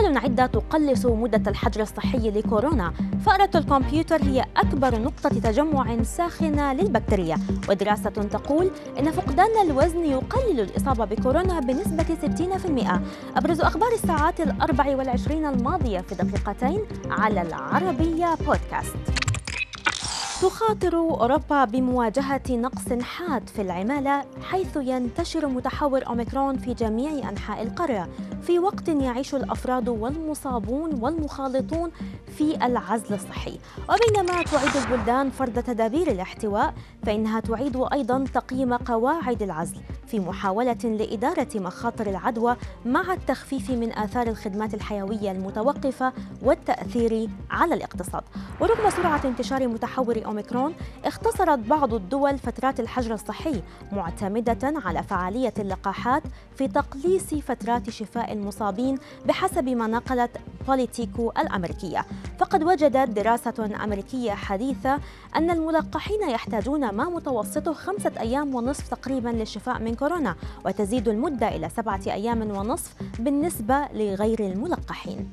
دول عدة تقلص مدة الحجر الصحي لكورونا. فأرة الكمبيوتر هي أكبر نقطة تجمع ساخنة للبكتيريا، ودراسة تقول إن فقدان الوزن يقلل الإصابة بكورونا بنسبة 60%. أبرز أخبار الساعات 24 الماضية في دقيقتين على العربية بودكاست. تخاطر أوروبا بمواجهة نقص حاد في العمالة، حيث ينتشر متحور أوميكرون في جميع أنحاء القارة، في وقت يعيش الأفراد والمصابون والمخالطون في العزل الصحي. وبينما تعيد البلدان فرض تدابير الاحتواء، فإنها تعيد أيضاً تقييم قواعد العزل في محاولة لإدارة مخاطر العدوى مع التخفيف من آثار الخدمات الحيوية المتوقفة والتأثير على الاقتصاد. ورغم سرعة انتشار متحور أوميكرون، اختصرت بعض الدول فترات الحجر الصحي، معتمدة على فعالية اللقاحات في تقليص فترات شفاء المصابين بحسب ما نقلت بوليتيكو الأمريكية. فقد وجدت دراسة أمريكية حديثة أن الملقحين يحتاجون ما متوسطه 5 أيام ونصف تقريبا للشفاء من كورونا، وتزيد المدة إلى 7 أيام ونصف بالنسبة لغير الملقحين.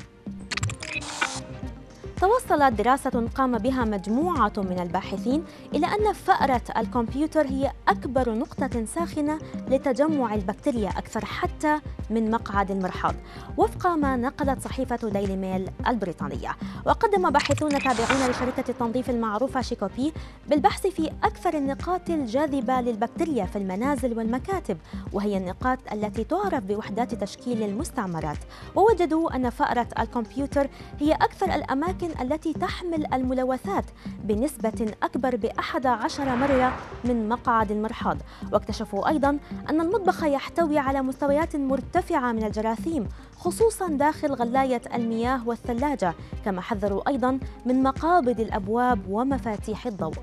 توصلت دراسة قام بها مجموعة من الباحثين إلى أن فأرة الكمبيوتر هي أكبر نقطة ساخنة لتجمع البكتيريا، أكثر حتى من مقعد المرحاض، وفق ما نقلت صحيفة ديلي ميل البريطانية. وقدم باحثون تابعون لشركة التنظيف المعروفة شيكوبي بالبحث في أكثر النقاط الجاذبة للبكتيريا في المنازل والمكاتب، وهي النقاط التي تعرف بوحدات تشكيل المستعمرات. ووجدوا أن فأرة الكمبيوتر هي أكثر الأماكن التي تحمل الملوثات بنسبة أكبر ب11 مرة من مقعد المرحاض. واكتشفوا أيضاً أن المطبخ يحتوي على مستويات مرتفعة من الجراثيم، خصوصاً داخل غلاية المياه والثلاجة، كما حذروا أيضاً من مقابض الأبواب ومفاتيح الضوء.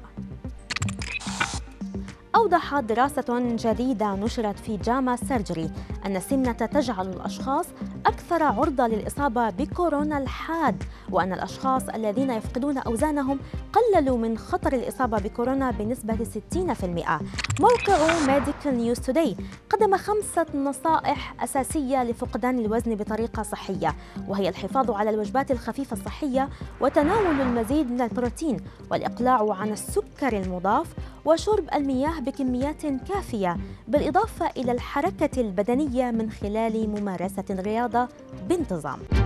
أوضحت دراسة جديدة نشرت في جاما سيرجري أن السمنة تجعل الأشخاص أكثر عرضة للإصابة بكورونا الحاد، وأن الأشخاص الذين يفقدون أوزانهم قللوا من خطر الإصابة بكورونا بنسبة 60%. موقع ميديكال نيوز توداي قدم 5 نصائح أساسية لفقدان الوزن بطريقة صحية، وهي الحفاظ على الوجبات الخفيفة الصحية، وتناول المزيد من البروتين، والإقلاع عن السكر المضاف، وشرب المياه بكميات كافية، بالإضافة إلى الحركة البدنية من خلال ممارسة الرياضة بانتظام.